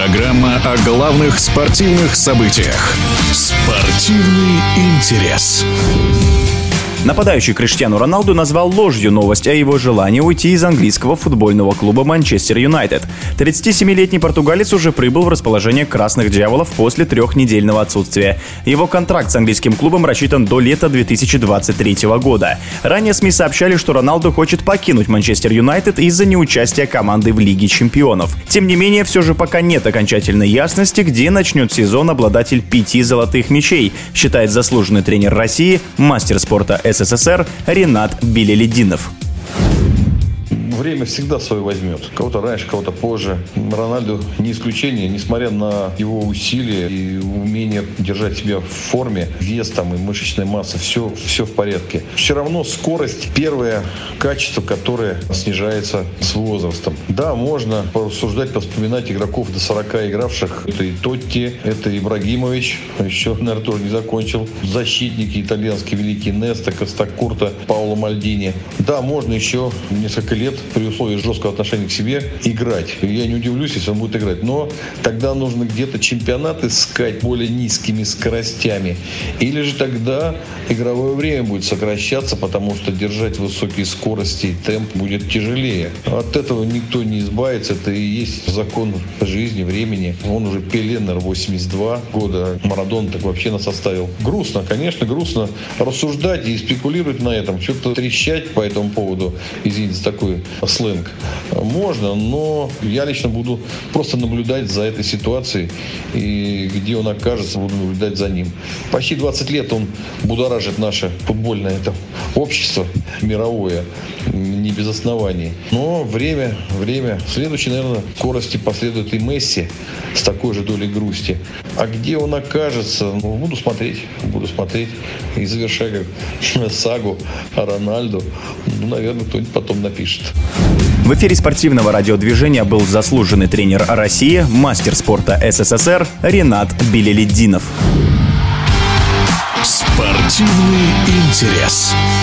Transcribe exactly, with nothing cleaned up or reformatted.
Программа о главных спортивных событиях. Спортивный интерес. Нападающий Криштиану Роналду назвал ложью новость о его желании уйти из английского футбольного клуба Манчестер Юнайтед. тридцатисемилетний португалец уже прибыл в расположение красных дьяволов после трехнедельного отсутствия. Его контракт с английским клубом рассчитан до лета две тысячи двадцать третьего года. Ранее СМИ сообщали, что Роналду хочет покинуть Манчестер Юнайтед из-за неучастия команды в Лиге чемпионов. Тем не менее, все же пока нет окончательной ясности, где начнет сезон обладатель пяти золотых мячей, считает заслуженный тренер России, мастер спорта СССР Ринат Билялетдинов. Время всегда свое возьмет. Кого-то раньше, кого-то позже. Рональду не исключение, несмотря на его усилия и умение держать себя в форме, вес там и мышечная масса, все, все в порядке. Все равно скорость – первое качество, которое снижается с возрастом. Да, можно порассуждать, поспоминать игроков до сорока игравших. Это и Тотти, это Ибрагимович, еще, наверное, тоже не закончил. Защитники итальянские великие Неста, Костакурта, Паоло Мальдини. Да, можно еще несколько лет при условии жесткого отношения к себе играть. Я не удивлюсь, если он будет играть. Но тогда нужно где-то чемпионат искать более низкими скоростями. Или же тогда игровое время будет сокращаться, потому что держать высокие скорости и темп будет тяжелее. От этого никто не избавится. Это и есть закон жизни, времени. Он уже Пеле, наверное, восемьдесят два года. Марадона так вообще нас оставил. Грустно, конечно, грустно рассуждать и спекулировать на этом. Что-то трещать по этому поводу. Извините за такой сленг. Можно, но я лично буду просто наблюдать за этой ситуацией, и где он окажется, буду наблюдать за ним. Почти двадцать лет он будоражит наше футбольное это общество мировое, не без оснований. Но время, время. Следующий, наверное, в скорости последует и Месси с такой же долей грусти. А где он окажется, ну, буду смотреть, буду смотреть. И завершая как сагу о Рональду, ну, наверное, кто-нибудь потом напишет. В эфире спортивного радиодвижения был заслуженный тренер России, мастер спорта СССР Ринат Билялетдинов. Спортивный интерес.